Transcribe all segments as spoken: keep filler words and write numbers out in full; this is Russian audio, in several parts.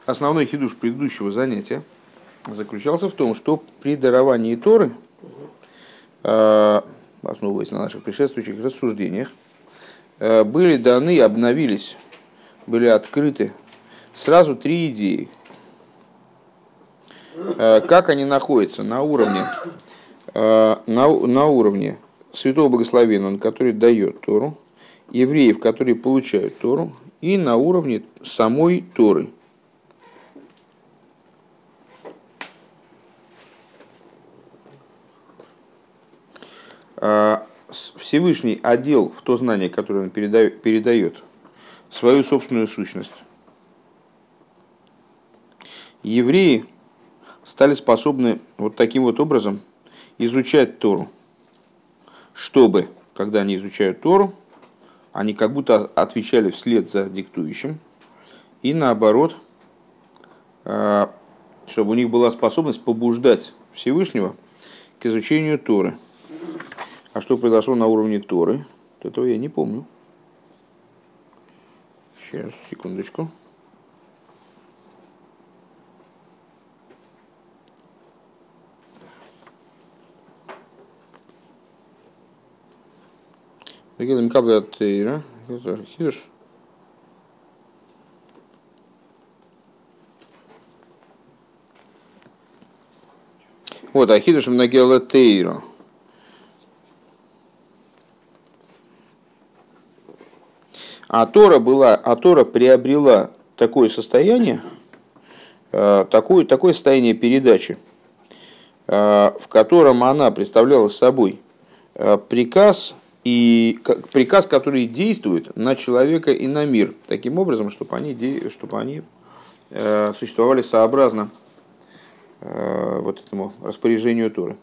основной хидуш предыдущего занятия заключался в том, что при даровании Торы, основываясь на наших предшествующих рассуждениях, были даны, обновились, были открыты сразу три идеи. Как они находятся на уровне, на, на уровне Святого Благословенного, который дает Тору, евреев, которые получают Тору, и на уровне самой Торы. Всевышний одел в то знание, которое он передает, передает свою собственную сущность. Евреи стали способны вот таким вот образом изучать Тору, чтобы, когда они изучают Тору, они как будто отвечали вслед за диктующим, и наоборот, чтобы у них была способность побуждать Всевышнего к изучению Торы. А что произошло на уровне Торы, этого я не помню. Сейчас, секундочку. Вот, ахидуш мнагела тейра. А Тора была, а Тора приобрела такое состояние, такое, такое состояние передачи, в котором она представляла собой приказ, и приказ, который действует на человека и на мир, таким образом, чтобы они, чтобы они существовали сообразно вот этому распоряжению Торы.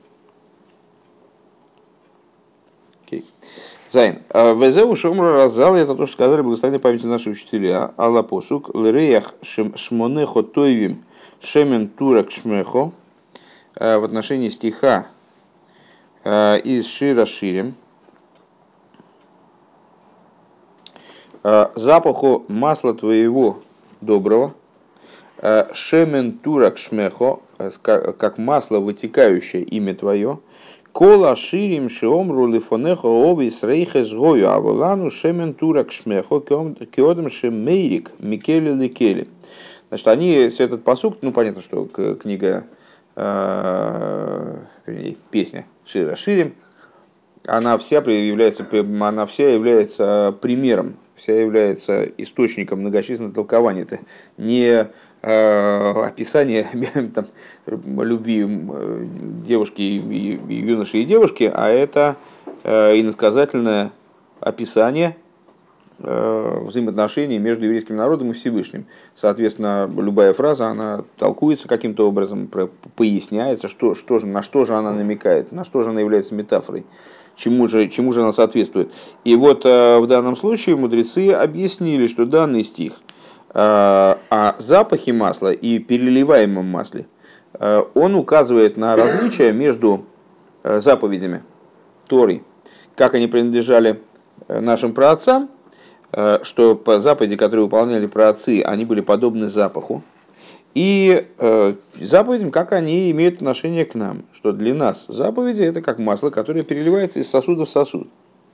Okay. Зайн. Везеу шомра раззал, это то, что сказали благословенные памяти наши учителя. Алла посук, лреях шмонехо тойвим шемен турак шмехо. В отношении стиха из Шира Ширим. Запаху масла твоего доброго, шемен турак шмехо, как масло, вытекающее имя твое, кола ширим шеомру лифонехо обис рейхес гою, а волану шемен турак шмехо, кеодем шемейрик микели ликели. Значит, они, этот пасук, ну понятно, что книга, вернее, песня Шира Ширим, она вся является, она вся является примером, вся является источником многочисленных толкований. Это не э, описание там, любви девушки, и, и юноши и девушки, а это э, иносказательное описание э, взаимоотношений между еврейским народом и Всевышним. Соответственно, любая фраза, она толкуется каким-то образом, поясняется, что, что же, на что же она намекает, на что же она является метафорой. Чему же, чему же она соответствует. И вот э, в данном случае мудрецы объяснили, что данный стих э, о запахе масла и переливаемом масле, э, он указывает на различия между э, заповедями Торы, как они принадлежали э, нашим праотцам, э, что по заповеди, которые выполняли праотцы, они были подобны запаху, и э, заповедям, как они имеют отношение к нам, что для нас заповеди это как масло, которое переливается из сосуда в сосуд.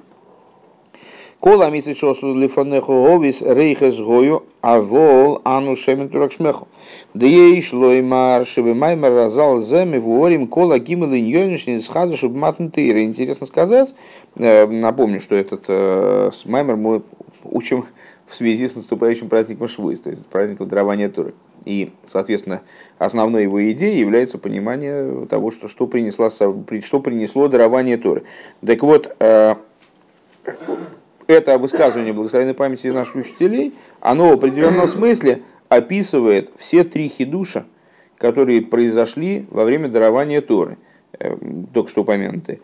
Кола мицит шосу лифонеху овис рейхес гою авол ану шемен турак шмеху. Да ей шло и мар шебе маймер разал земи вуорим кола гимел иньонишни схаду шеб матнтейра. Интересно сказать, напомню, что этот э, маймер мы учим в связи с наступающим праздником Швуис, то есть праздником дарования Торы. И, соответственно, основной его идеей является понимание того, что, что, принесло, что принесло дарование Торы. Так вот, это высказывание благословенной памяти наших учителей, оно в определенном смысле описывает все три хидуша, которые произошли во время дарования Торы, только что упомянутые.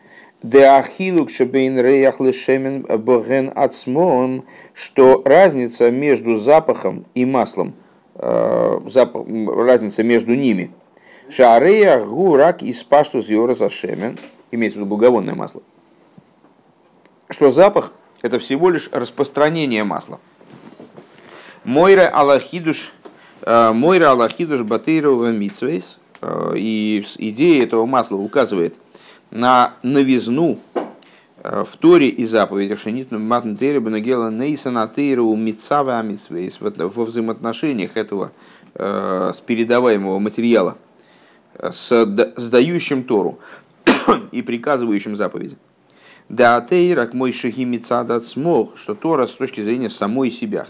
Что разница между запахом и маслом, запах, разница между ними. Шаарея гурак из паштус йораса шемен, имеется в виду благовонное масло. Что запах — это всего лишь распространение масла. Мойра алахидуш Мойра Аллахидуш Батырова Митсвейс. И идея этого масла указывает на новизну в Торе и заповедях Шенитну Матнтейра Бенагела Нейсанатейру Митсава Митсвейс во взаимоотношениях этого с передаваемого материала с дающим Тору и приказывающим заповеди. Да тейрак мой шахи мицадат смог, что Тора с точки зрения самой себя,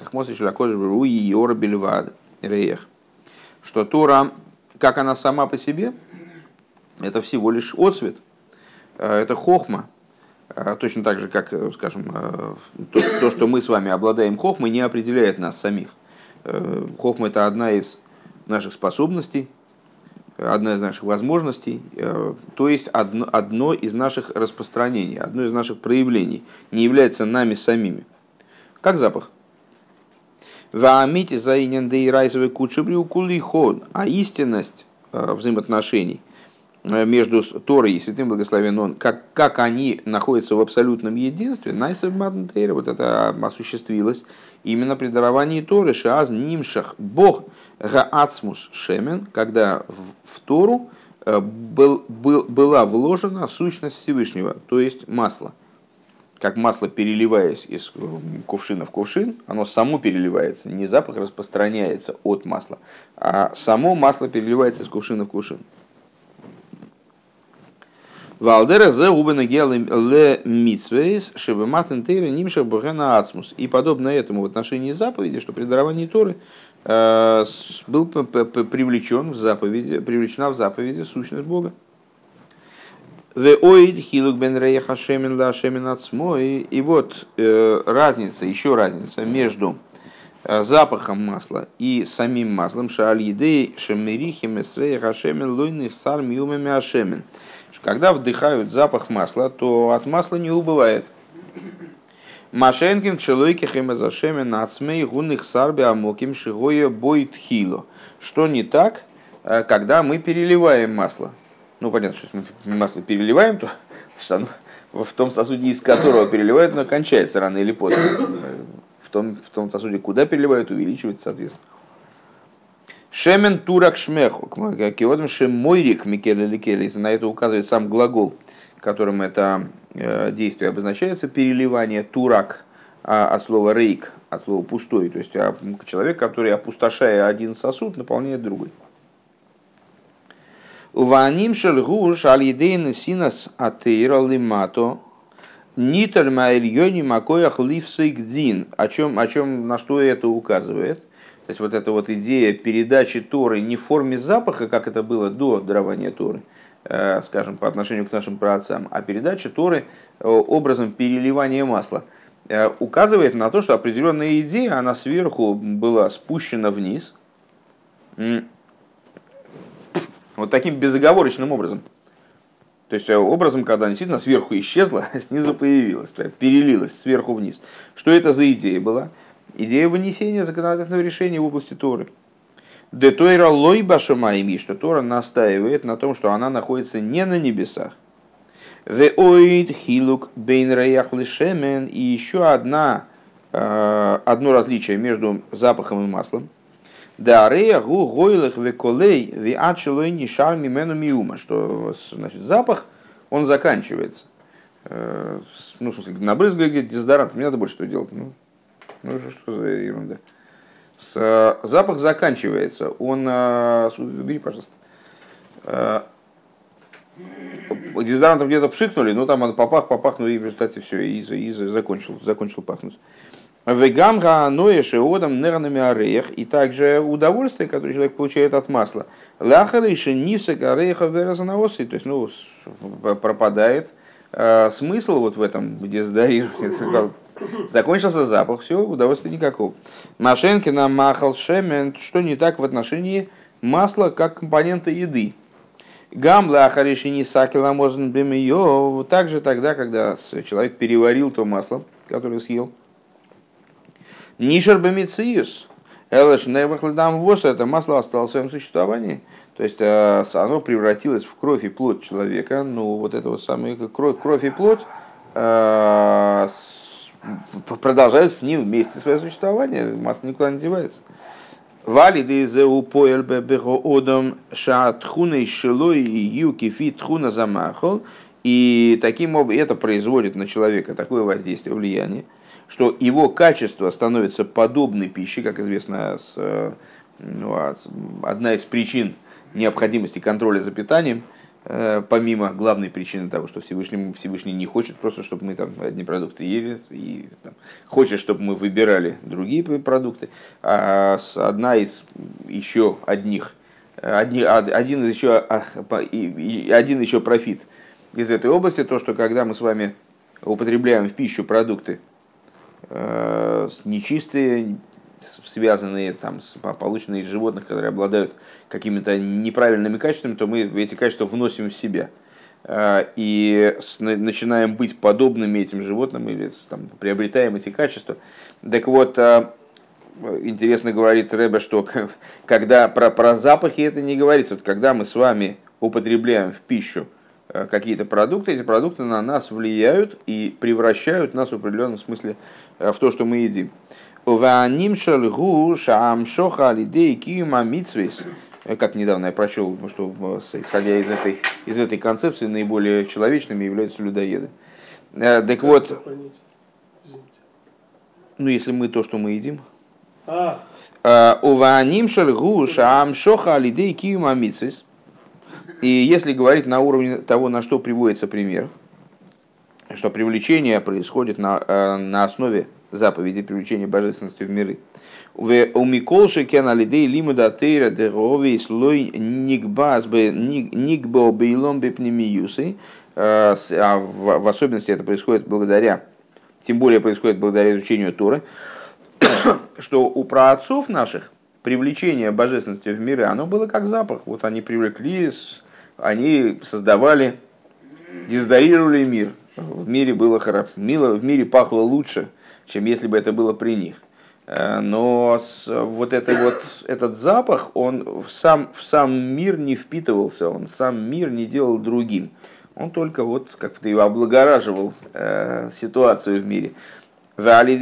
что Тора, как она сама по себе, это всего лишь отцвет, это хохма, точно так же, как, скажем, то, то, что мы с вами обладаем хохмой, не определяет нас самих. Хохма — это одна из наших способностей, одна из наших возможностей, то есть одно, одно из наших распространений, одно из наших проявлений, не является нами самими. Как запах. А истинность взаимоотношений между Торой и Святым Благословен Он, как, как они находятся в абсолютном единстве, вот это осуществилось именно при даровании Торы, шааз нимшах Бог гаацмус шемен, когда в, в Тору был, был, была вложена сущность Всевышнего, то есть масло. Как масло, переливаясь из кувшина в кувшин, оно само переливается, не запах распространяется от масла, а само масло переливается из кувшина в кувшин. Валдера зе убена ле митсвейс шебематен тейра нимша богена ацмус. И подобно этому в отношении заповеди, что при даровании Торы э, был привлечен в заповеди, привлечена в заповеди сущность Бога. И вот э, разница, еще разница между запахом масла и самим маслом, когда вдыхают запах масла, то от масла не убывает. Машенкин человеки хемазашемен нацмей гунных сарби амоким шигоя бойт хило. Что не так, когда мы переливаем масло? Ну, понятно, что если мы масло переливаем, то что оно, в том сосуде, из которого переливают, оно кончается рано или поздно. В том, в том сосуде, куда переливают, увеличивается, соответственно. Шемен турак шмеху, киодом шемойрик микеле ликелис. На это указывает сам глагол, которым это действие обозначается, переливание турак от слова рейк, от слова пустой, то есть человек, который, опустошая один сосуд, наполняет другой. Уваним шельгуш алидейн синас атеира лимато ниталь маэльйони макоях ливсейгдин. О чем, о чем, на что это указывает? То есть вот эта вот идея передачи Торы не в форме запаха, как это было до дарования Торы, э, скажем, по отношению к нашим праотцам, а передача Торы э, образом переливания масла, э, указывает на то, что определенная идея, она сверху была спущена вниз, м- вот таким безоговорочным образом. То есть образом, когда она действительно сверху исчезла, снизу появилась, перелилась сверху вниз. Что это за идея была? Идея вынесения законодательного решения в области Торы. Де Тойра лой башамайми, что Тора настаивает на том, что она находится не на небесах. Ве оид хилук бейн раях лишемен. И еще одна, одно различие между запахом и маслом. Да рея гу гойлых ве колей ве ачелой нишар мимену миума. Что значит запах, он заканчивается. Ну, в смысле, набрызгали дезодорант, мне надо больше что делать. Ну, Ну что за ерунда? С, запах заканчивается. Он... Бери, пожалуйста. Дезодорантом где-то пшикнули, но там он попах, попах, ну и в результате все, и, и закончил, закончил пахнуть. Вегамга ноеши одам нервными ореях. И также удовольствие, которое человек получает от масла. Лахариши нивсек ореха веразанаосы. То есть, ну, пропадает э, смысл вот в этом дезодорировании. Закончился запах, все, удовольствия никакого. Машенкина махал шемен, что не так в отношении масла как компонента еды. Гамла ахаришини сакела мозн бемио. Также тогда, когда человек переварил то масло, которое съел. Нишер бемициус. Элэш невахледам вос. Это масло осталось в своем существовании. То есть оно превратилось в кровь и плоть человека. Ну, вот это вот самое кровь, кровь и плоть продолжают с ним вместе свое существование, масло никуда не девается. Валиды зе упоэль бебехо одам шаатхуной шилой юки фит хуна замахол. И таким образом это производит на человека такое воздействие, влияние, что его качество становится подобной пище, как известно, с, ну, одна из причин необходимости контроля за питанием, помимо главной причины того, что Всевышний, Всевышний не хочет просто, чтобы мы там одни продукты ели, и там, хочет, чтобы мы выбирали другие продукты, а одна из еще одних, одни, один, из еще, один еще профит из этой области, то, что когда мы с вами употребляем в пищу продукты э, нечистые, связанные там, с, полученные из животных, которые обладают какими-то неправильными качествами, то мы эти качества вносим в себя. Э, и с, начинаем быть подобными этим животным, или там, приобретаем эти качества. Так вот, э, интересно говорит Ребе, что когда про, про запахи это не говорится. Вот, когда мы с вами употребляем в пищу какие-то продукты, эти продукты на нас влияют и превращают нас в определенном смысле в то, что мы едим. Как недавно я прочел, что исходя из этой, из этой концепции наиболее человечными являются людоеды. Так вот, ну если мы то, что мы едим. И если говорить на уровне того, на что приводится пример, что привлечение происходит на, на основе заповеди, привлечения божественности в миры. А в особенности это происходит благодаря, тем более происходит благодаря изучению Торы, что у праотцов наших привлечение божественности в миры, оно было как запах. Вот они привлеклись, они создавали, дезодорировали мир. В мире было хорошо, в мире пахло лучше, чем если бы это было при них. Но вот, это вот этот запах, он в сам, в сам мир не впитывался, он сам мир не делал другим. Он только вот как-то его облагораживал э, ситуацию в мире. А вот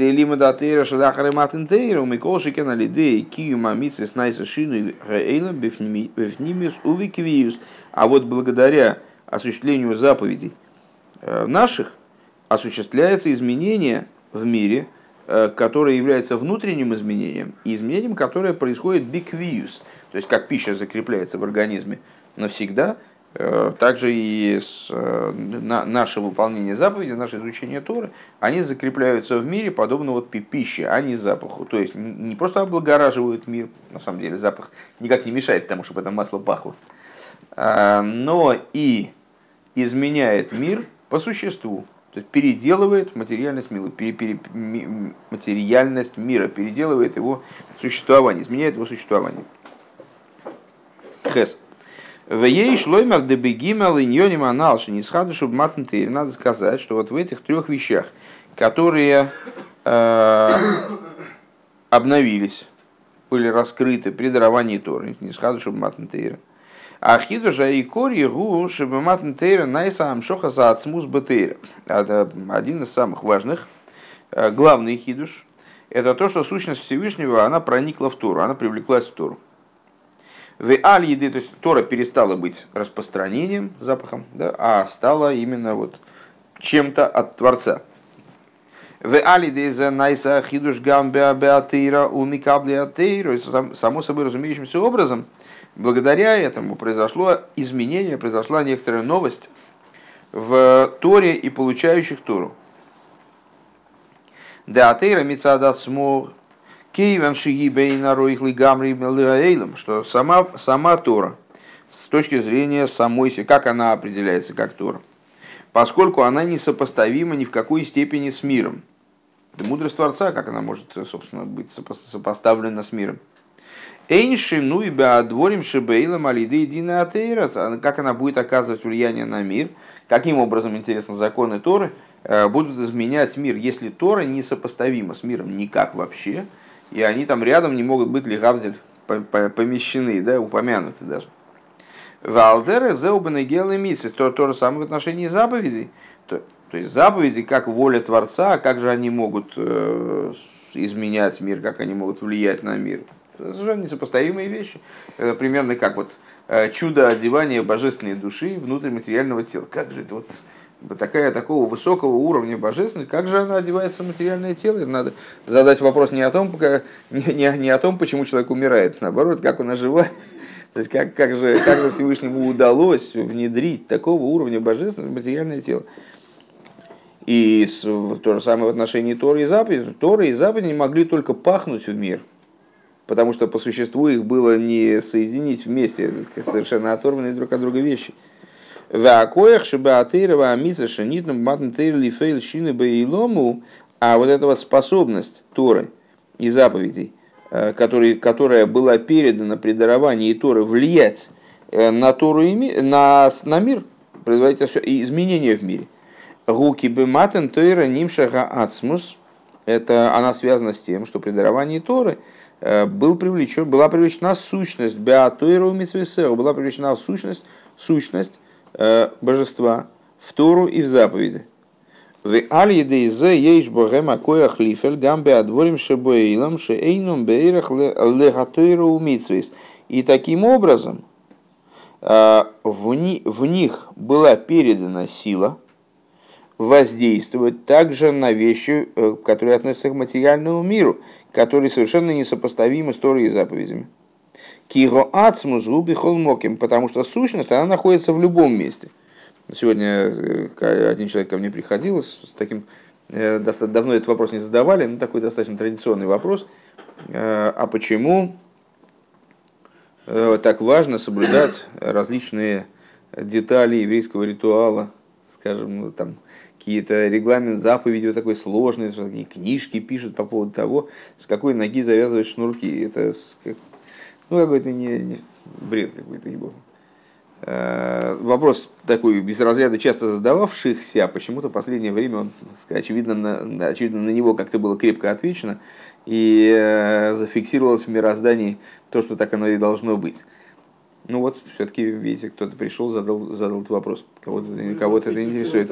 благодаря осуществлению заповедей наших осуществляется изменение в мире, которое является внутренним изменением, и изменением, которое происходит биквиус, то есть как пища закрепляется в организме навсегда, также и с, на, наше выполнение заповедей, наше изучение Торы, они закрепляются в мире подобно вот пище, а не запаху. То есть не просто облагораживают мир, на самом деле запах никак не мешает тому, чтобы это масло пахло, но и изменяет мир по существу. То есть переделывает материальность мира, пере, пере, материальность мира, переделывает его существование, изменяет его существование. Хес. Надо сказать, что вот в этих трех вещах, которые э, обновились, были раскрыты при даровании Торы, не схаду, чтобы матнтейра. Ахиду же и кори гу, чтобы матнтейра найса амшоха за ацмус бетейра. Это один из самых важных, главный хидуш. Это то, что сущность Всевышнего, она проникла в Тору, она привлеклась в Тору. В аль-еды, то есть Тора перестала быть распространением, запахом, да, а стала именно вот чем-то от Творца. В аль-еды за найса хидуш гам беатейра у микабли атейра, само собой разумеющимся образом, благодаря этому произошло изменение, произошла некоторая новость в Торе и получающих Тору. Да атейра мицадат смог. Что сама, сама Тора, с точки зрения самой себе, как она определяется как Тора, поскольку она несопоставима ни в какой степени с миром. Это мудрость Творца, как она может, собственно, быть сопоставлена с миром. Эйншим, ну и беадворим шебейлам алиды единая атеира, как она будет оказывать влияние на мир, каким образом, интересно, законы Торы будут изменять мир, если Тора несопоставима с миром никак вообще, и они там рядом не могут быть лигавзель помещены, да, упомянуты даже. Валдеры зеубаны гелы митсис, то, то же самое в отношении заповедей. То, то есть заповеди как воля Творца, как же они могут э, изменять мир, как они могут влиять на мир. Совершенно несопоставимые вещи. Это примерно как вот чудо одевания божественной души внутрь материального тела. Как же это вот такая, такого высокого уровня божественности, как же она одевается в материальное тело? Надо задать вопрос не о том, не, не, не о том, почему человек умирает, наоборот, как он оживает. То есть как, как, же, как же Всевышнему удалось внедрить такого уровня божественности в материальное тело. И с, то же самое в отношении Торы и заповедей. Торы и заповеди могли только пахнуть в мир, потому что по существу их было не соединить вместе, совершенно оторванные друг от друга вещи. А вот эта вот способность Торы и заповедей, который, которая была передана при даровании Торы, влиять на Тору и ми, на, на мир, производить изменения в мире. Гуки бематен Тойра нимшага ацмус. Это она связана с тем, что при даровании Торы был привлечен, была привлечена сущность беатойра у митсвесеу, была привлечена сущность, сущность э, божества в Тору и в заповеди. В аль-едейзе ейш богем акоях лифель гам беадворим шебоилам шеэйнум беирах легатойра у митсвес. И таким образом э, в, ни, в них была передана сила воздействовать также на вещи, которые относятся к материальному миру, которые совершенно несопоставимы с Торой и заповедями. Киро ацмус губи холмоким, потому что сущность, она находится в любом месте. Сегодня один человек ко мне приходил с таким, достаточно давно этот вопрос не задавали, но такой достаточно традиционный вопрос, а почему так важно соблюдать различные детали еврейского ритуала, скажем, ну, там, какие-то регламент заповеди вот такой сложный, что такие книжки пишут по поводу того, с какой ноги завязывать шнурки. Это ну, какой-то не, не бред какой-то, ебо. Вопрос такой без разряда часто задававшихся, а почему-то в последнее время он, очевидно, на, очевидно, на него как-то было крепко отвечено и зафиксировалось в мироздании то, что так оно и должно быть. Ну вот, все-таки, видите, кто-то пришел, задал, задал этот вопрос. Кого-то, кого-то это интересует.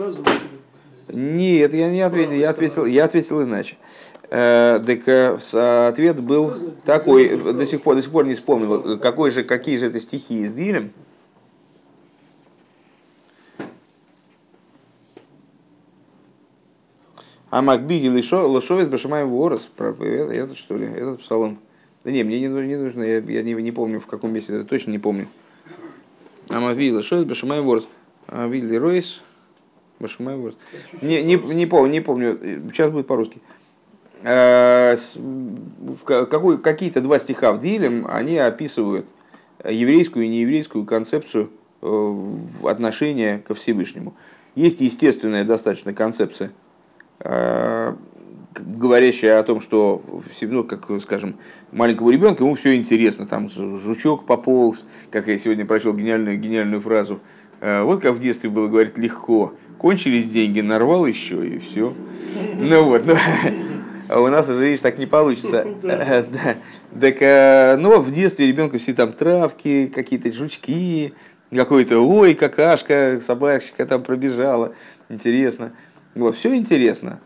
Нет, я не ответил, я ответил, я ответил иначе. Э, так, ответ был такой, до сих пор, до сих пор не вспомнил, какой же, какие же это стихи из Дилем. А Макбиги Лошовец Башамаем Ворос, этот что ли, этот псалом. Да не, мне не нужно, не нужно я, я не, не помню в каком месте, это точно не помню. Амавила, что это Башамай Ворс? Амавили Ройс, Башамай Ворс. Не, не, не помню, не помню, сейчас будет по-русски. Какой, какие-то два стиха в Дилем, они описывают еврейскую и нееврейскую концепцию отношения ко Всевышнему. Есть естественная достаточно концепция, говорящая о том, что, ну, как, скажем, маленькому ребенку ему все интересно, там жучок пополз, как я сегодня прочел гениальную, гениальную фразу, вот как в детстве было, говорит, легко, кончились деньги, нарвал еще и все. Ну вот, ну, а у нас уже, видишь, так не получится. Так, ну, в детстве ребенку все там травки, какие-то жучки, какой-то, ой, какашка, собачка там пробежала, интересно. Вот, все интересно.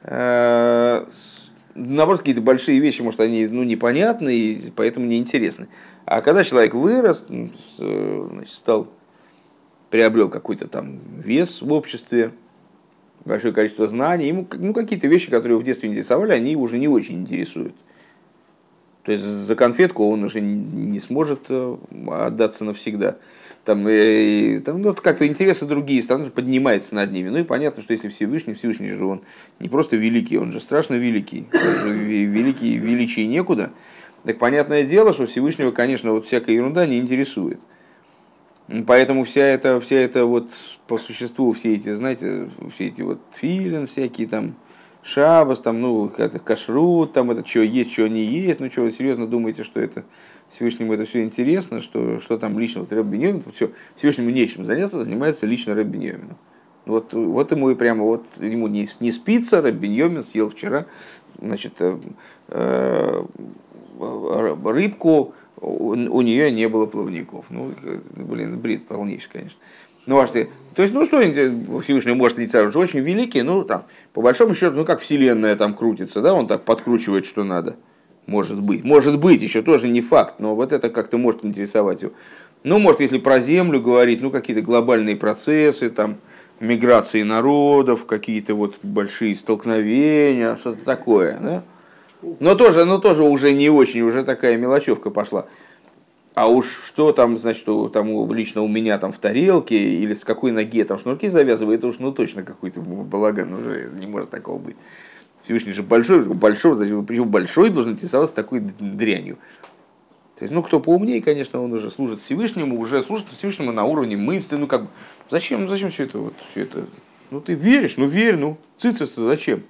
Наоборот, какие-то большие вещи, может, они ну, непонятны и поэтому неинтересны. А когда человек вырос, значит, стал, приобрел какой-то там вес в обществе, большое количество знаний, ему ну, какие-то вещи, которые его в детстве интересовали, они его уже не очень интересуют. То есть за конфетку он уже не сможет отдаться навсегда. Там, и, там ну, как-то интересы другие, становятся, поднимается над ними. Ну и понятно, что если Всевышний, Всевышний же он не просто великий, он же страшно великий. Он же великий, величий некуда. Так понятное дело, что Всевышнего, конечно, вот всякая ерунда не интересует. Поэтому вся эта, вся эта вот по существу, все эти, знаете, все эти вот тфилин всякие там, шабас, там, ну, кашрут, там, это что есть, что не есть, ну, что вы серьезно думаете, что это Всевышнему это все интересно, что, что там лично вот Ребби Биньомин, все, Всевышнему нечем заняться, занимается лично Ребби Биньомину. Вот, вот ему и прямо, вот ему не, не спится, Ребби Биньомин съел вчера, значит, э, э, рыбку, у, у нее не было плавников. Ну, блин, бред полнейший, конечно. Ну, а что, то есть, ну, что Всевышний может инициировать? Очень великий, ну, там, по большому счету, ну, как вселенная там крутится, да, он так подкручивает, что надо. Может быть. Может быть, еще тоже не факт, но вот это как-то может интересовать его. Ну, может, если про Землю говорить, ну, какие-то глобальные процессы, там, миграции народов, какие-то вот большие столкновения, что-то такое, да? Но тоже, но тоже уже не очень, уже такая мелочевка пошла. А уж что там, значит, у- там у- лично у меня там в тарелке или с какой ноги я там шнурки завязываю, это уж ну точно какой-то балаган, уже не может такого быть. Всевышний же большой, большой, значит, почему большой должен интересоваться такой дрянью. То есть, ну, кто поумнее, конечно, он уже служит Всевышнему, уже служит Всевышнему на уровне мысли, ну, как бы, зачем, зачем все это, вот, все это, ну, ты веришь, ну, верь, ну, цицис-то зачем?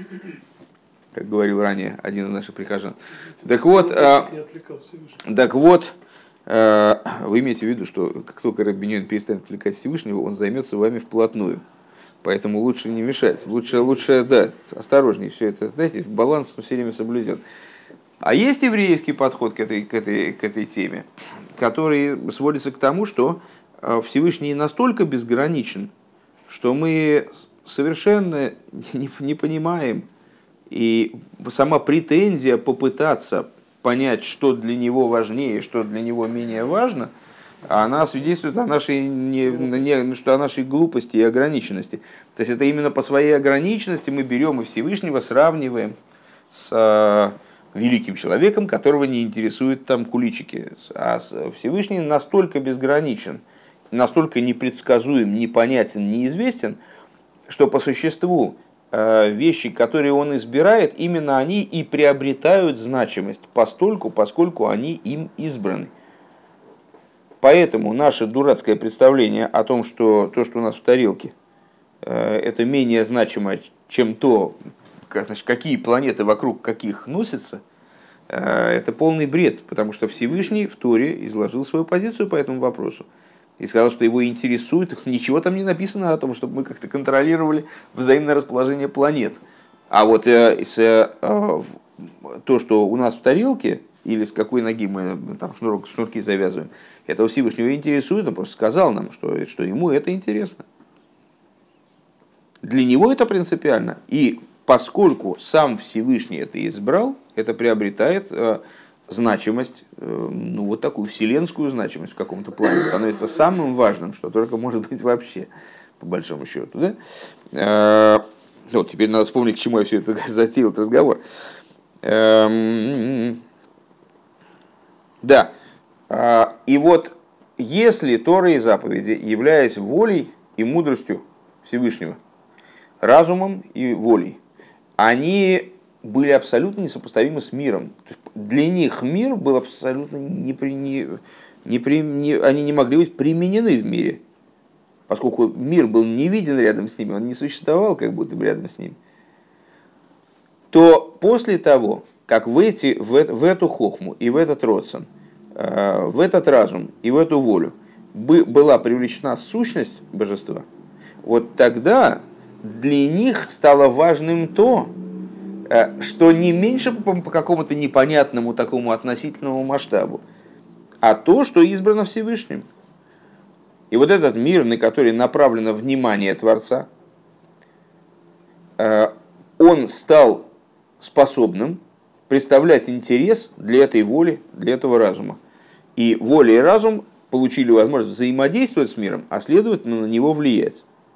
Как говорил ранее один из наших прихожан. Так вот, а, так вот, а, вы имеете в виду, что как только Рабби Йонah перестанет отвлекать Всевышнего, он займется вами вплотную. Поэтому лучше не мешать, лучше, лучше, да, осторожнее все это, знаете, баланс все время соблюден. А есть еврейский подход к этой, к этой, к этой теме, который сводится к тому, что Всевышний настолько безграничен, что мы совершенно не, не понимаем, и сама претензия попытаться понять, что для него важнее, что для него менее важно, она свидетельствует о нашей, не, не, что о нашей глупости и ограниченности. То есть это именно по своей ограниченности мы берем и Всевышнего сравниваем с а, великим человеком, которого не интересуют там куличики. А Всевышний настолько безграничен, настолько непредсказуем, непонятен, неизвестен, что по существу э, вещи, которые он избирает, именно они и приобретают значимость, постольку, поскольку они им избраны. Поэтому наше дурацкое представление о том, что то, что у нас в тарелке, э, это менее значимо, чем то, как, значит, какие планеты вокруг каких носятся, э, это полный бред, потому что Всевышний в Торе изложил свою позицию по этому вопросу. И сказал, что его интересует, ничего там не написано о том, чтобы мы как-то контролировали взаимное расположение планет. А вот э, с, э, то, что у нас в тарелке, или с какой ноги мы там шнурок, шнурки завязываем, это Всевышнего интересует, он просто сказал нам, что, что ему это интересно. Для него это принципиально. И поскольку сам Всевышний это избрал, это приобретает э, значимость, э, ну вот такую вселенскую значимость в каком-то плане, становится самым важным, что только может быть вообще, по большому счету. Да? Э, ну, теперь надо вспомнить, к чему я все это затеял, этот разговор. Э, да. Э, и вот если Тора и заповеди, являясь волей и мудростью Всевышнего, разумом и волей, они были абсолютно несопоставимы с миром. Для них мир был абсолютно не, при, не, не, при, не они не могли быть применены в мире, поскольку мир был не виден рядом с ними, он не существовал как будто бы рядом с ними. То после того, как выйти в, в эту хохму и в этот родсон, в этот разум и в эту волю была привлечена сущность божества, вот тогда для них стало важным то, что не меньше по, по какому-то непонятному такому относительному масштабу, а то, что избрано Всевышним. И вот этот мир, на который направлено внимание Творца, он стал способным представлять интерес для этой воли, для этого разума. И воля и разум получили возможность взаимодействовать с миром, а следовательно на него влиять.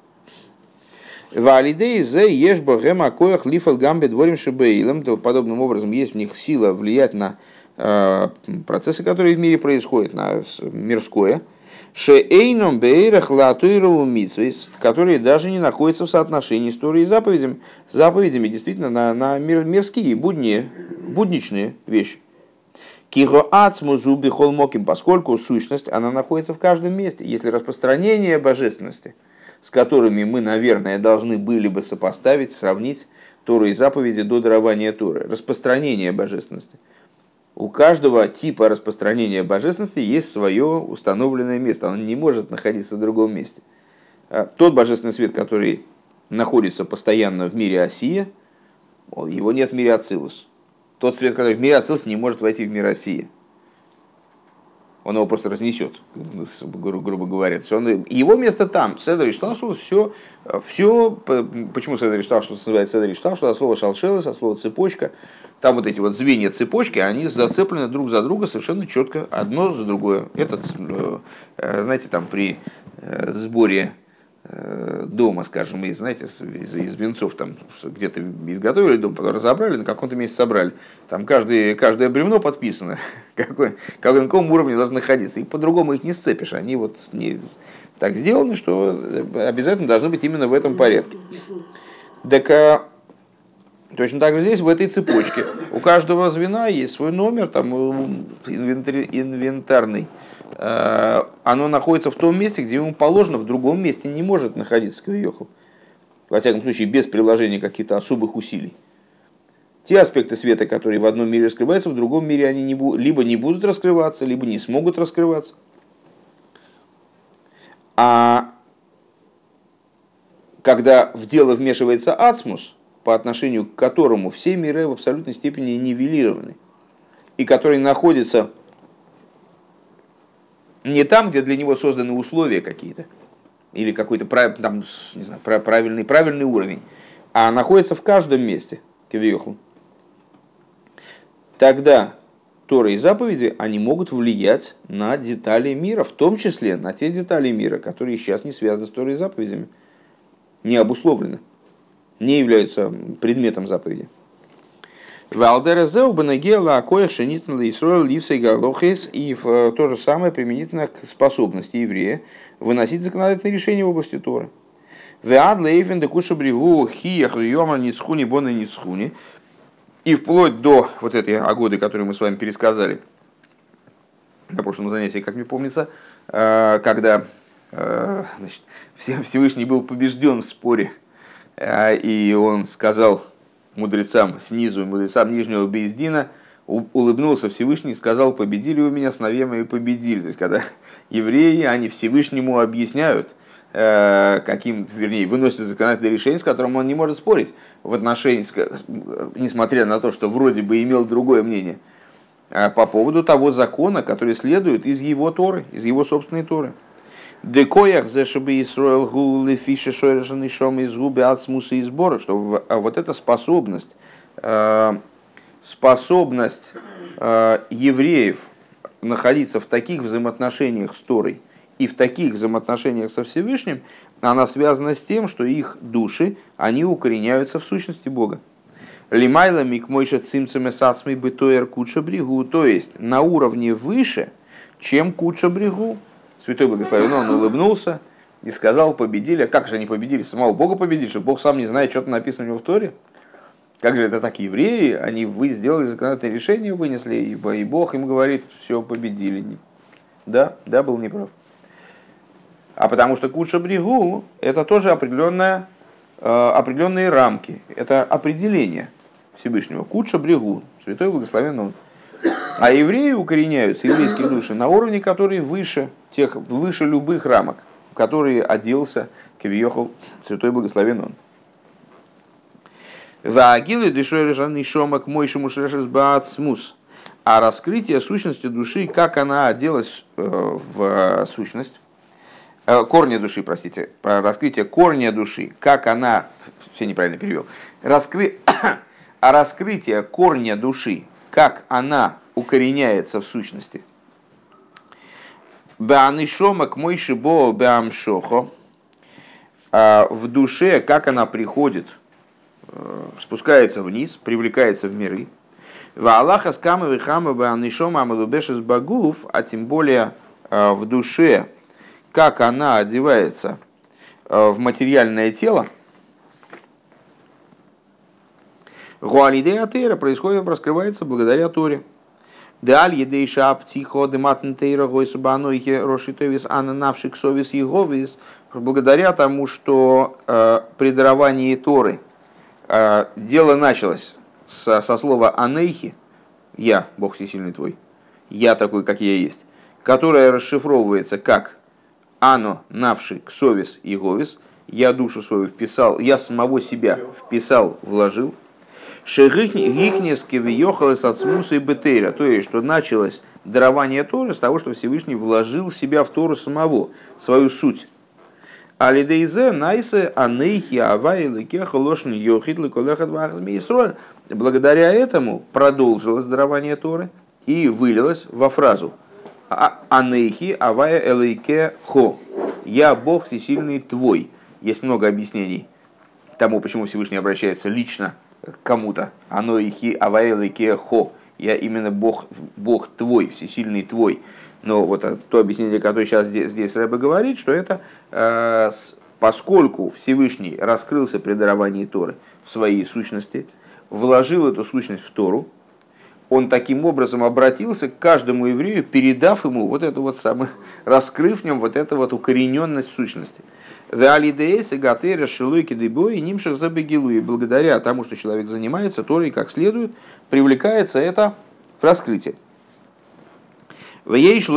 Подобным образом есть в них сила влиять на э, процессы, которые в мире происходят, на мирское, которые даже не находятся в соотношении с Торой и заповедями, заповедями действительно на, на мир, мирские, будние, будничные вещи. Поскольку сущность, она находится в каждом месте. Если распространение божественности, с которыми мы, наверное, должны были бы сопоставить, сравнить Тору и заповеди до дарования Торы. Распространение божественности. У каждого типа распространения божественности есть свое установленное место. Оно не может находиться в другом месте. Тот божественный свет, который находится постоянно в мире Осия, его нет в мире Ацилус. Тот свет, который в мире Ацилус, не может войти в мир Осия. Он его просто разнесет, грубо говоря. Он, его место там. Седер Иштал, что все, все, почему Седер Иштал, что называется Седер Иштал, что от слова шалшелес, от слова цепочка, там вот эти вот звенья цепочки, они зацеплены друг за друга совершенно четко, одно за другое. Этот, знаете, там при сборе дома, скажем, из, знаете, из, из венцов там где-то изготовили дом, потом разобрали, на каком-то месте собрали. Там каждый, каждое бревно подписано, какой, как, на каком уровне должно находиться. И по-другому их не сцепишь. Они вот не, так сделаны, что обязательно должны быть именно в этом порядке. Так, а, точно так же здесь, в этой цепочке, у каждого звена есть свой номер, там инвентарь, инвентарный. Оно находится в том месте, где ему положено, в другом месте не может находиться кавиохал. Во всяком случае, без приложения каких-то особых усилий. Те аспекты света, которые в одном мире раскрываются, в другом мире они не бу- либо не будут раскрываться, либо не смогут раскрываться. А когда в дело вмешивается ацмус, по отношению к которому все миры в абсолютной степени нивелированы, и который находится не там, где для него созданы условия какие-то, или какой-то там, не знаю, правильный, правильный уровень, а находится в каждом месте, кавиохл, тогда Тора и заповеди, они могут влиять на детали мира, в том числе на те детали мира, которые сейчас не связаны с Торой и заповедями, не обусловлены, не являются предметом заповеди. И то же самое применительно к способности еврея выносить законодательные решения в области Торы. И вплоть до вот этой агоды, которую мы с вами пересказали на прошлом занятии, как мне помнится, когда, значит, Всевышний был побежден в споре, и он сказал мудрецам снизу, мудрецам нижнего Бейздина, улыбнулся Всевышний и сказал: победили вы меня, сыновья мои, победили. То есть, когда евреи, они Всевышнему объясняют, каким, вернее, выносят законодательное решение, с которым он не может спорить, в отношении, несмотря на то, что вроде бы имел другое мнение, по поводу того закона, который следует из его Торы, из его собственной Торы. Декоях за чтобы Исроэл гулы фиши шойрашаны шом из губы от смуса и сбора, что вот эта способность, способность евреев находиться в таких взаимоотношениях с Торой и в таких взаимоотношениях со Всевышним, она связана с тем, что их души, они укореняются в сущности Бога. Лимайла микмойша цимцеме сацмей бытоер куча бригу, то есть на уровне выше, чем куча бригу. Святой Благословен, он улыбнулся и сказал: победили. А как же они победили? Самого Бога победили, что Бог сам не знает, что-то написано у него в Торе. Как же это так, евреи? Они вы сделали законодательное решение, вынесли, ибо и Бог им говорит: все, победили. Да, да, был неправ. А потому что куча бригу — это тоже определенная, определенные рамки, это определение Всевышнего. Куча бригу, Святой Благословен он. А евреи укореняются, еврейские души, на уровне, который выше, тех, выше любых рамок, в которые оделся кавиохал Святой Благословен он. А раскрытие сущности души, как она оделась в сущность, корня души, простите, раскрытие корня души, как она, все неправильно перевел, Раскры... а раскрытие корня души, как она укореняется в сущности. В душе, как она приходит, спускается вниз, привлекается в миры. А тем более в душе, как она одевается в материальное тело, Гуалидея Тейра происходит, раскрывается благодаря Торе. Даль едейша птихо дематн Тейра гойсабанойхи рошитовис ананавшик совис еговис, благодаря тому, что э, при даровании Торы э, дело началось со, со слова анейхи, я, Бог всесильный твой, я такой, как я есть, которое расшифровывается как ано навшик совис еговис, я душу свою вписал, я самого себя вписал, вложил. То есть, что началось дарование Торы с того, что Всевышний вложил себя в Тору самого, свою суть. Алидейзе найсе анейхи авай кеха лошен йохид леколехат вахзми Исроэль. Благодаря этому продолжилось дарование Торы и вылилось во фразу анейхи авай элейке хо. Я Бог всесильный твой. Есть много объяснений тому, почему Всевышний обращается лично к кому-то. Анейхи авай элейке хо. Я именно Бог, Бог твой, всесильный твой. Но вот то объяснение, которое сейчас здесь, здесь Рэбе говорит, что это э, поскольку Всевышний раскрылся при даровании Торы в своей сущности, вложил эту сущность в Тору, он таким образом обратился к каждому еврею, передав ему вот эту вот самую, раскрыв в нем вот эту вот укорененность в сущности. И благодаря тому, что человек занимается Торой как следует, привлекается это в раскрытие. Надо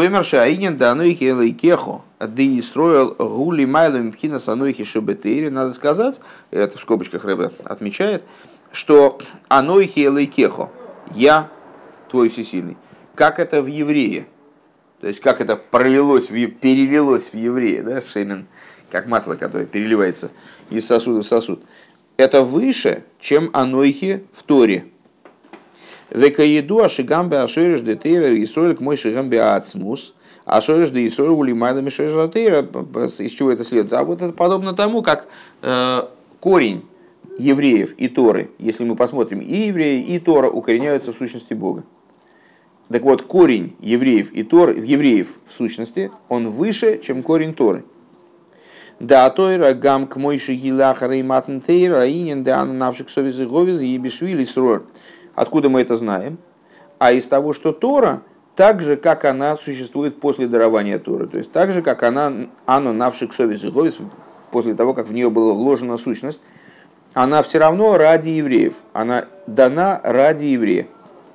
сказать, это в скобочках Рэбе отмечает, что анойхи элейкехо, я твой всесильный, как это в еврее, то есть как это пролилось, перелилось в еврее, да, шемен, как масло, которое переливается из сосуда в сосуд, это выше, чем анойхи в Торе. Векаеду ашигамбе ашереш де тейра Исроэль к мой шигамбе ацмус, ашереш де Исроэль улимайдами шереш тейра. Из чего это следует? А вот это подобно тому, как э, корень евреев и Торы, если мы посмотрим, и евреи, и Тора укореняются в сущности Бога. Так вот, корень евреев и Торы, евреев в сущности, он выше, чем корень Торы. Да тойра гам к мой шигилахара и матн тейра инин да навшик совез и говез и бишвили срор. Откуда мы это знаем? А из того, что Тора, так же, как она существует после дарования Торы, то есть так же, как она, оно навшик совесть и говес, после того, как в нее была вложена сущность, она все равно ради евреев, она дана ради еврея.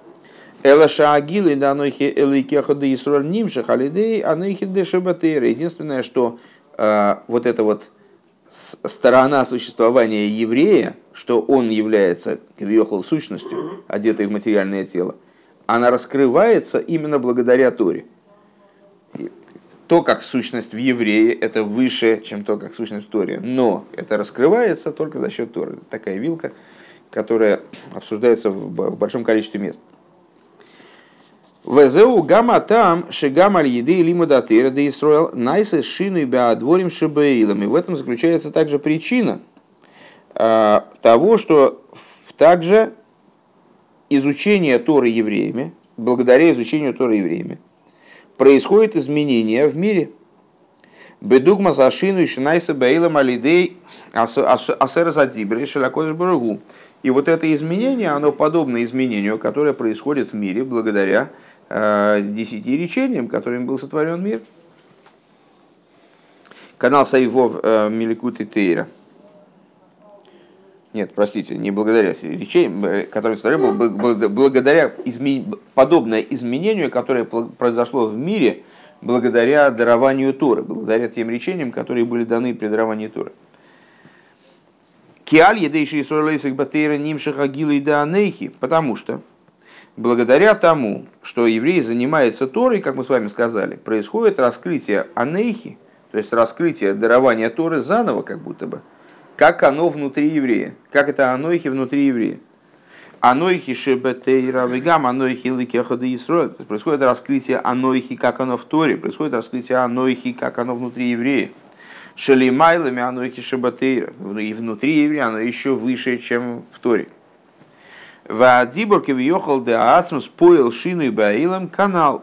Единственное, что э, вот эта вот сторона существования еврея, что он является квиохол сущностью, одетой в материальное тело, она раскрывается именно благодаря Торе. То, как сущность в еврее, это выше, чем то, как сущность в Торе. Но это раскрывается только за счет Торы. Такая вилка, которая обсуждается в большом количестве мест. Везеу гамма там шигамаль еды лимудатыра де Исроэл найсе шину и беадворим шебеилами. В этом заключается также причина э, того, что также изучение Торы евреями, благодаря изучению Торы евреями, происходит изменения в мире. Бедугма сашину и шинайса беилам алидей асер задибрей шелакодыш баругу. И вот это изменение, оно подобно изменению, которое происходит в мире благодаря э, десяти речениям, которыми был сотворен мир. Канал Сайвов э, Миликут и Тейра. Нет, простите, не благодаря речениям, которые сотворен был, благодаря измен... подобное изменению, которое произошло в мире благодаря дарованию Торы, благодаря тем речениям, которые были даны при даровании Торы. Потому что благодаря тому, что еврей занимается Торой, как мы с вами сказали, происходит раскрытие анейхи, то есть раскрытие дарования Торы заново, как будто бы, как оно внутри еврея, как это анойхи внутри еврея. Анойхи шебетейра вегам анойхи ликеходы Исроэль. Происходит раскрытие анойхи, как оно в Торе, происходит раскрытие анойхи, как оно внутри еврея. Шелимайлами анойхи шебетейра. И внутри еврея оно еще выше, чем в Торе. Вадиборки въехал де ацмус поел шину и баилам канал.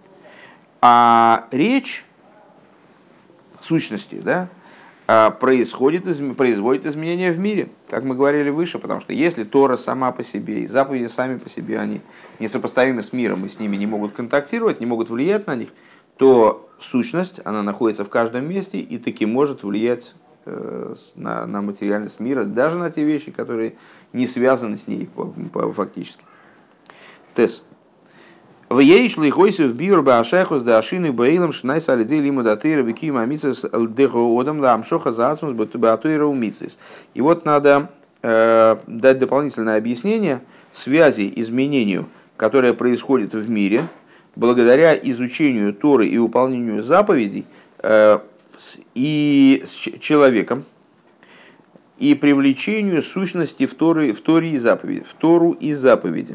А речь сущности, да, происходит, производит изменения в мире, как мы говорили выше, потому что если Тора сама по себе и заповеди сами по себе, они несопоставимы с миром и с ними не могут контактировать, не могут влиять на них, то сущность, она находится в каждом месте и таки может влиять на, на материальность мира, даже на те вещи, которые не связаны с ней фактически. Тес. В ей шли хойсы в биур баашайхус да ашины баилам шнайс алиды лиму датыра вики мамицис лдехоодам ламшоха заасмус батуира умицис. И вот надо э, дать дополнительное объяснение связи изменению, которое происходит в мире благодаря изучению Торы и выполнению заповедей э, и с человеком, и привлечению сущности в, Торы, в Торе и заповеди, в Тору и заповеди.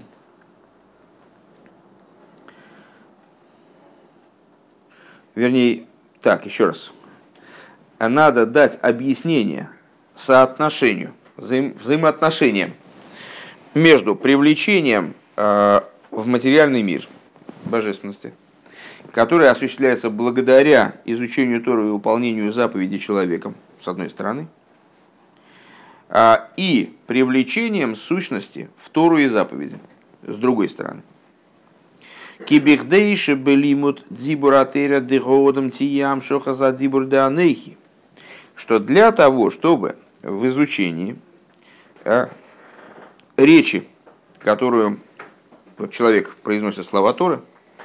Вернее, так, еще раз. Надо дать объяснение соотношению, взаим, взаимоотношениям между привлечением э, в материальный мир божественности, которое осуществляется благодаря изучению Торы и выполнению заповедей человеком, с одной стороны, э, и привлечением сущности в Тору и заповеди, с другой стороны. Кибихдейши белимут дибуратера дегодом тиям шохаза дибур деанейхи, что для того, чтобы в изучении э, речи, которую вот человек произносит слова Торы,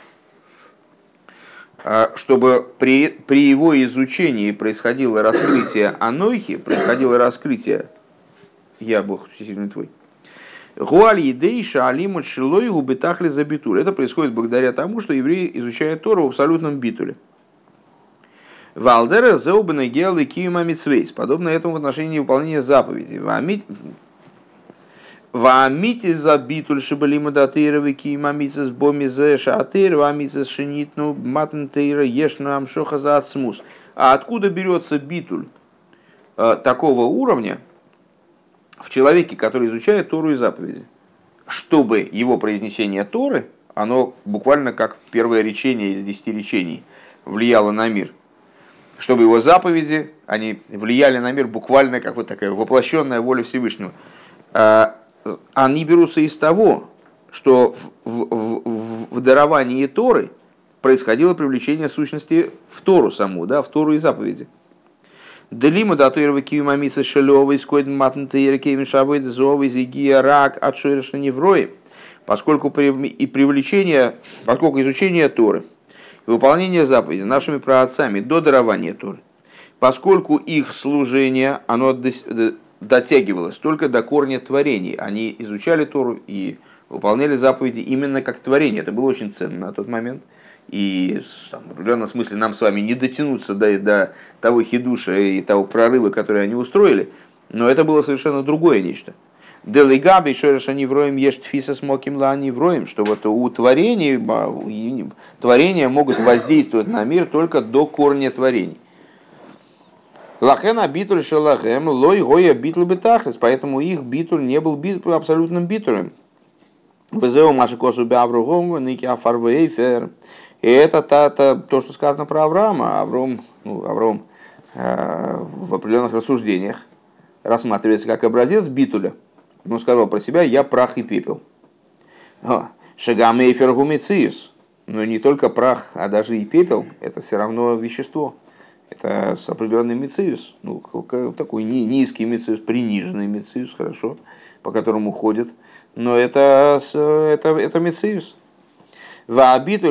э, чтобы при, при его изучении происходило раскрытие анойхи, происходило раскрытие «Я Бог всесильный твой», это происходит благодаря тому, что евреи изучают Тору в абсолютном битуле. Валдера зеубана геалы киюма митцвейс. Подобно этому в отношении выполнения заповедей. Ваамити за битуль шибалима датыровы киюма митцвейс бомизе шатыр ваамитцвейс шинитну матнтейра ешну амшоха за ацмус. А откуда берется битуль э, такого уровня в человеке, который изучает Тору и заповеди? Чтобы его произнесение Торы, оно буквально как первое речение из десяти речений, влияло на мир. Чтобы его заповеди, они влияли на мир буквально как вот такая воплощенная воля Всевышнего. Они берутся из того, что в, в, в, в даровании Торы происходило привлечение сущности в Тору саму, да, в Тору и заповеди. Делима датуировы киюмамиса шелёвый скойден матнтейра кевин шавой дезовый зигия рак от шойршна неврои, поскольку и привлечение, поскольку изучение Торы и выполнение заповедей нашими праотцами до дарования Торы, поскольку их служение, оно дотягивалось только до корня творений, они изучали Тору и выполняли заповеди именно как творение, это было очень ценно на тот момент. И там, в определенном смысле нам с вами не дотянуться до, до того хидуша и того прорыва, который они устроили, но это было совершенно другое нечто. Делигаби шереша невроем ешт фиса смоким ла невроем, что вот у творения, творения могут воздействовать на мир только до корня творений. Лахена битуль шелахем лой гоя битуль бетахлес, поэтому их битуль не был битуль, абсолютным битулем. Везеу машикосу беавругом ники афарвейфер. И это та, та, то, что сказано про Авраама. Авраам, ну, Авраам э, в определенных рассуждениях рассматривается как образец битуля. Он сказал про себя: «Я прах и пепел». Шагамейфер гумициус. Но не только прах, а даже и пепел – это все равно вещество. Это с определенный мициус. Ну, такой низкий мициус, приниженный мициус, хорошо, по которому ходят. Но это, это, это мициус. А вот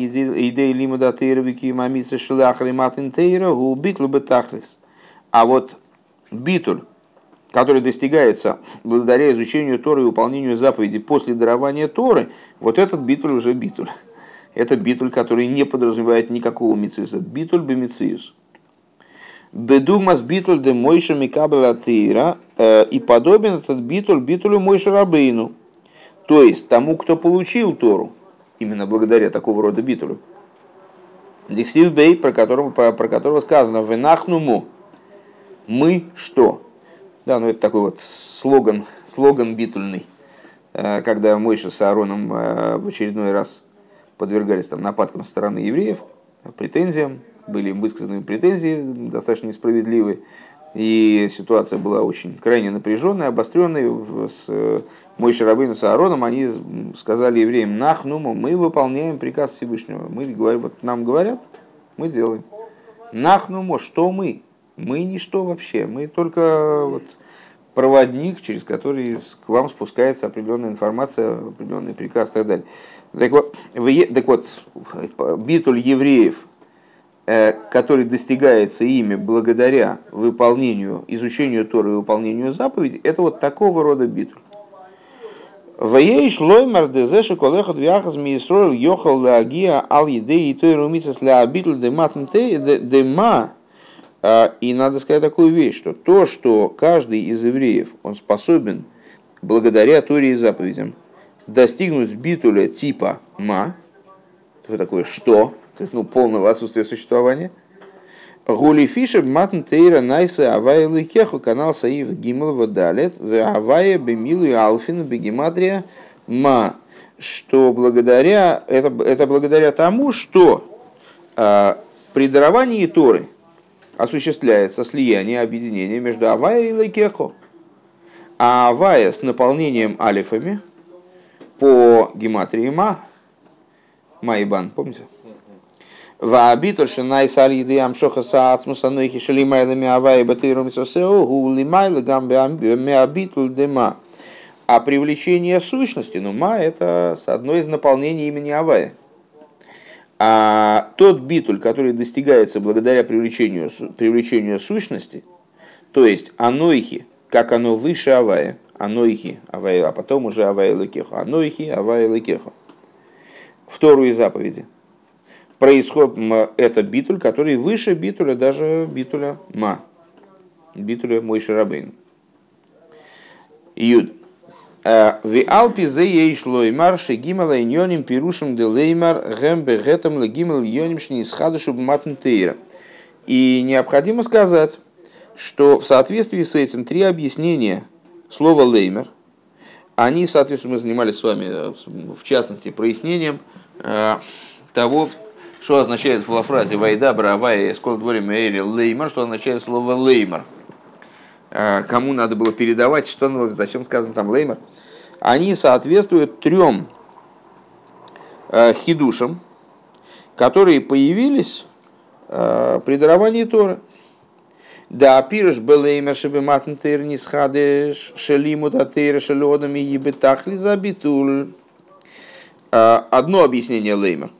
битуль, который достигается благодаря изучению Торы и выполнению заповедей после дарования Торы, вот этот битуль уже битуль. Это битуль, который не подразумевает никакого мициуса. Битуль бемициус. Бедугмас битуль де мойша микабела тейра, и подобен этот битуль битулю мойша рабейну. То есть тому, кто получил Тору. Именно благодаря такого рода битулю. Диксив бей, про которого, про, про которого сказано «Венахнуму» – «Мы что?». Да, ну это такой вот слоган, слоган битульный, когда Мойша с Аароном в очередной раз подвергались там нападкам со стороны евреев, претензиям, были им высказаны претензии достаточно несправедливые, и ситуация была очень крайне напряженная, обостренная. С Мойше Рабейну с Аароном они сказали евреям: «Нахнуму, мы выполняем приказ Всевышнего». Мы говорим, вот нам говорят, мы делаем. Нахнуму, что мы? Мы ничто вообще, мы только вот проводник, через который к вам спускается определенная информация, определенный приказ и так далее. Так вот, так вот битуль евреев, который достигается ими благодаря выполнению, изучению Торы и выполнению заповедей, это вот такого рода битуль. Ваейш лоймар дезеши колехот вяхас миисроил йохал лагия ал едей и той румицас ля обитл дема. И надо сказать такую вещь, что то, что каждый из евреев, он способен благодаря Торе и заповедям достигнуть битуля типа ма, что такое что, ну, полного отсутствия существования, гули фишер матн тейра найса авая ликеху канал саив гимл водалет в авая бемилу и алфин бегематрия ма, что благодаря, это, это благодаря тому, что э, при даровании Торы осуществляется слияние, объединение между авая и ликеху, а авая с наполнением алифами по гематрии ма, майбан, помните? Ваабитуль шинай салиды амшоха саацмуса нойхи шалимайлами авая батырум сосео гулимайлы гамбиабитуль дема. А привлечение сущности, ну ма это одно из наполнений имени авая. А тот битуль, который достигается благодаря привлечению, привлечению сущности, то есть анойхи, как оно выше авая, анойхи, авая, а потом уже авая лекеху, анойхи, авая лекеху. В Тору и заповеди происходит это битуль, который выше битуля, даже битуля ма, битуля Мойше Рабейну. Юд. Ви алпи зе ейш лоймар шегимала иньоним пирушим де леймар гэм бегетам легимал иньоним шнисхадушу бматн тейра. И необходимо сказать, что в соответствии с этим три объяснения слова леймер, они, соответственно, мы занимались с вами, в частности, прояснением того, что означает во фразе «Вайда бравая скол дворим эйри леймар», что означает слово «леймар». Кому надо было передавать, что, зачем сказано там «леймар». Они соответствуют трем хидушам, которые появились при даровании Торы. Да, пирыш белеймер шебематн тейр нисхадеш шелиму да тейр шелодами ебетахли забитуль. Одно объяснение леймер,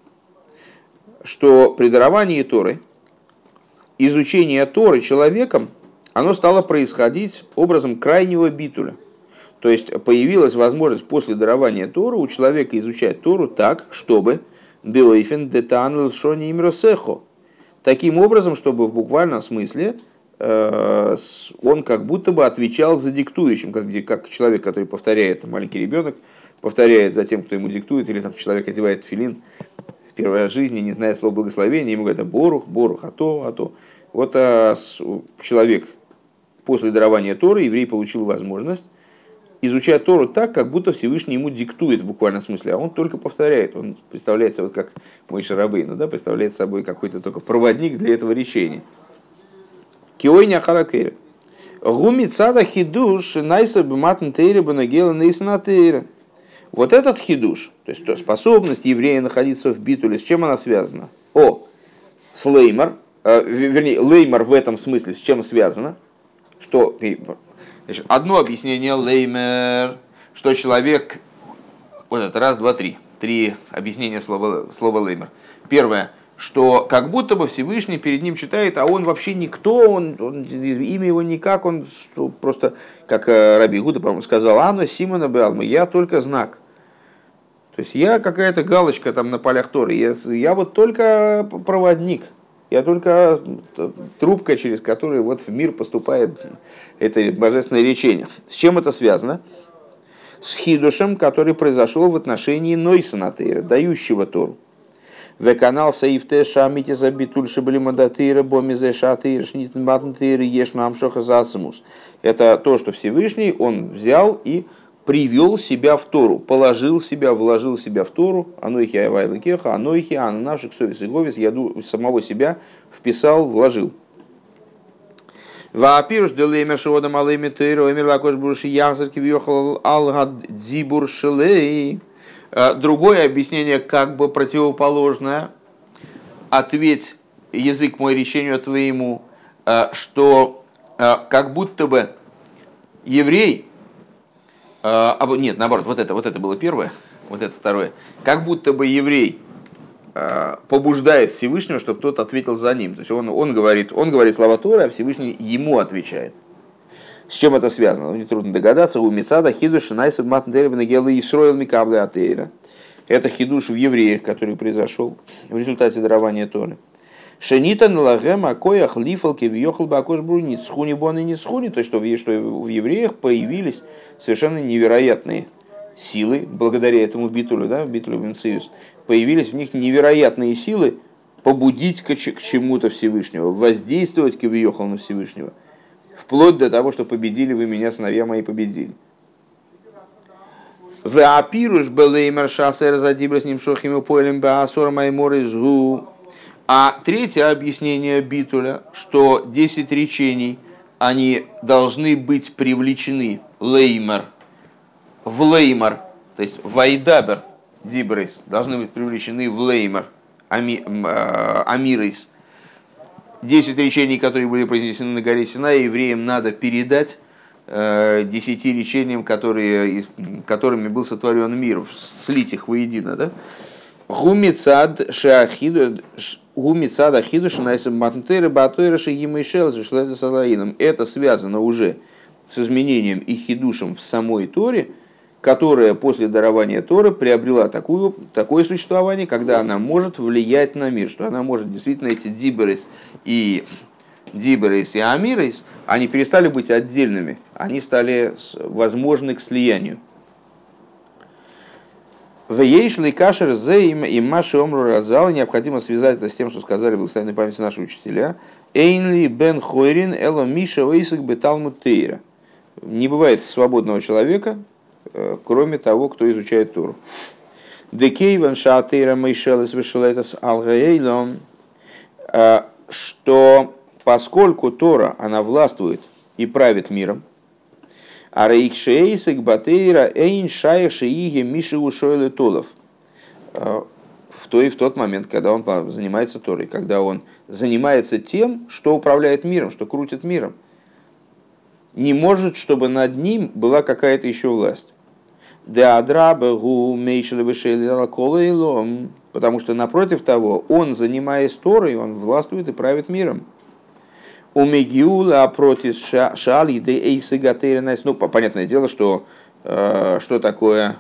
что при даровании Торы, изучение Торы человеком, оно стало происходить образом крайнего битуля. То есть появилась возможность после дарования Торы у человека изучать Тору так, чтобы биоифен детан лшони имросехо. Таким образом, чтобы в буквальном смысле э, он как будто бы отвечал за диктующим, как, как человек, который повторяет, маленький ребенок, повторяет за тем, кто ему диктует, или там человек одевает филин первый раз в жизни, не зная слова благословения, ему говорят «борух, борух, а то, а то». Вот а, человек после дарования Торы, еврей получил возможность изучать Тору так, как будто Всевышний ему диктует в буквальном смысле, а он только повторяет. Он представляет собой, как Мойше Рабейну, да, представляет собой какой-то только проводник для этого речения. Киойня харакейра. Гуми цада хидуш найса бматн тейра банагела нейсна тейра. Вот этот хидуш, то есть то способность еврея находиться в битуле, с чем она связана? О, с леймар, э, вернее, леймар в этом смысле с чем связана? Что, значит, одно объяснение леймер, что человек, вот это раз, два, три, три объяснения слова, слова леймер. Первое, что как будто бы Всевышний перед ним читает, а он вообще никто, он, он, имя его никак, он просто, как Раби Гуда, по-моему, сказал, Анна Симона Беалма, я только знак. То есть я какая-то галочка там на полях Торы, я, я вот только проводник, я только трубка, через которую вот в мир поступает это божественное речение. С чем это связано? С хидушем, который произошел в отношении Нойсана Тейра, дающего Тору. В канал Саифте Шамити Забитуль Шабалимадатыра Бомизе Шатыр Шнитматнтыр Ешнам Шохазацмус. Это то, что Всевышний он взял и привел себя в Тору, положил себя, вложил себя в Тору, анойхи айвайлы кеха, анойхи ананавших совес и говес, я самого себя вписал, вложил. Ваапируш делеймер шоодам алейми тейро, эмир лакош бурши яхзарки вьехал алгад дзибур шелей. Другое объяснение, как бы противоположное, ответь язык мой речению твоему, что как будто бы еврей, нет, наоборот, вот это, вот это было первое, вот это второе, как будто бы еврей побуждает Всевышнего, чтобы тот ответил за ним. То есть он, он, говорит, он говорит слова Торы, а Всевышний ему отвечает. С чем это связано? Ну, нетрудно догадаться. У Мицада хидуш найсад матнтербен гелы и строил микавлы атеира. Это хидуш в евреях, который произошел в результате дарования Торы. Шенита налагем акоях лифалки въехал бы акош бру ницхуни бон и ницхуни. То, что в евреях появились совершенно невероятные силы, благодаря этому битулю, да, битулю Бенциус, появились в них невероятные силы побудить к чему-то Всевышнего, воздействовать к въехал на Всевышнего. Вплоть до того, что победили вы меня, сыновья мои, победили. А третье объяснение битуля, что десять речений, они должны быть привлечены леймер, в леймер, то есть вайдабер дибрейс, должны быть привлечены в леймер, ами, э, амирейс. Десять речений, которые были произнесены на горе Синай, евреям надо передать э, десяти речениям, которые, которыми был сотворен мир, слить их воедино. Да? Гумицад шахиду, гумицад ахиду шинайсам матнтеры батойра шагимайшел зашла салаином. Это связано уже с изменением и хидушем в самой Торе, которая после дарования Торы приобрела такую, такое существование, когда она может влиять на мир, что она может действительно эти диберис и диберис и амирис, они перестали быть отдельными, они стали возможны к слиянию. В ейшли кашер зе и маши омру разал, необходимо связать это с тем, что сказали в благословенной памяти наши учителя. Эйнли бен хойрин эло миша ойсик беталмут тейра. Не бывает свободного человека, кроме того, кто изучает Тору. Декейван шаатейра мейшелес вешелетас алгаэйлом, что поскольку Тора, она властвует и правит миром, а рейкшейсек батейра эйн шаях шииге миши ушойлы толов, в то и в тот момент, когда он занимается Торой, когда он занимается тем, что управляет миром, что крутит миром, не может, чтобы над ним была какая-то еще власть. Потому что, напротив того, он, занимаясь Торой, он властвует и правит миром. Ну, понятное дело, что, что, такое,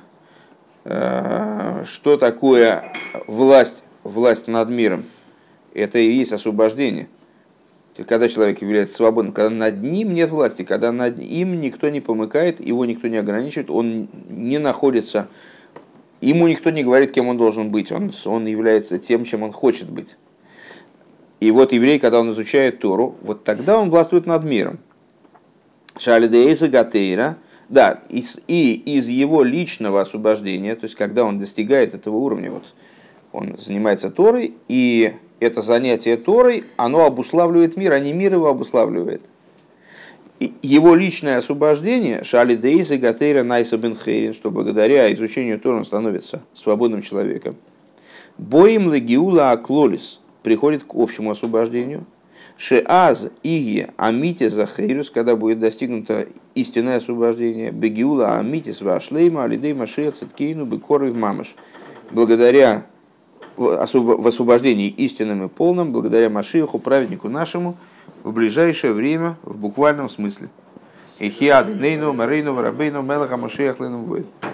что такое власть, власть над миром. Это и есть освобождение. Когда человек является свободным, когда над ним нет власти, когда над им никто не помыкает, его никто не ограничивает, он не находится, ему никто не говорит, кем он должен быть, он, он является тем, чем он хочет быть. И вот еврей, когда он изучает Тору, вот тогда он властвует над миром. Шалидеиза Гатейра, да, и из его личного освобождения, то есть когда он достигает этого уровня, вот, он занимается Торой, и это занятие Торой, оно обуславливает мир, а не мир его обуславливает. И его личное освобождение, Шали Дейса Гатейра Найса Бен Хейрин, что благодаря изучению Торы он становится свободным человеком. Боим Легиула Аклолис приходит к общему освобождению. Шеаз Иги Амите Захейрус, когда будет достигнуто истинное освобождение. Бегиула Амитис Вашлейма Алидей Машея Циткейну Бекоры Мамаш. Благодаря в освобождении истинным и полным, благодаря Машиаху, праведнику нашему, в ближайшее время, в буквальном смысле. Ихиад, Нейну, Марейну, Варабейну, Мелаха, Машиах, Лену, будет.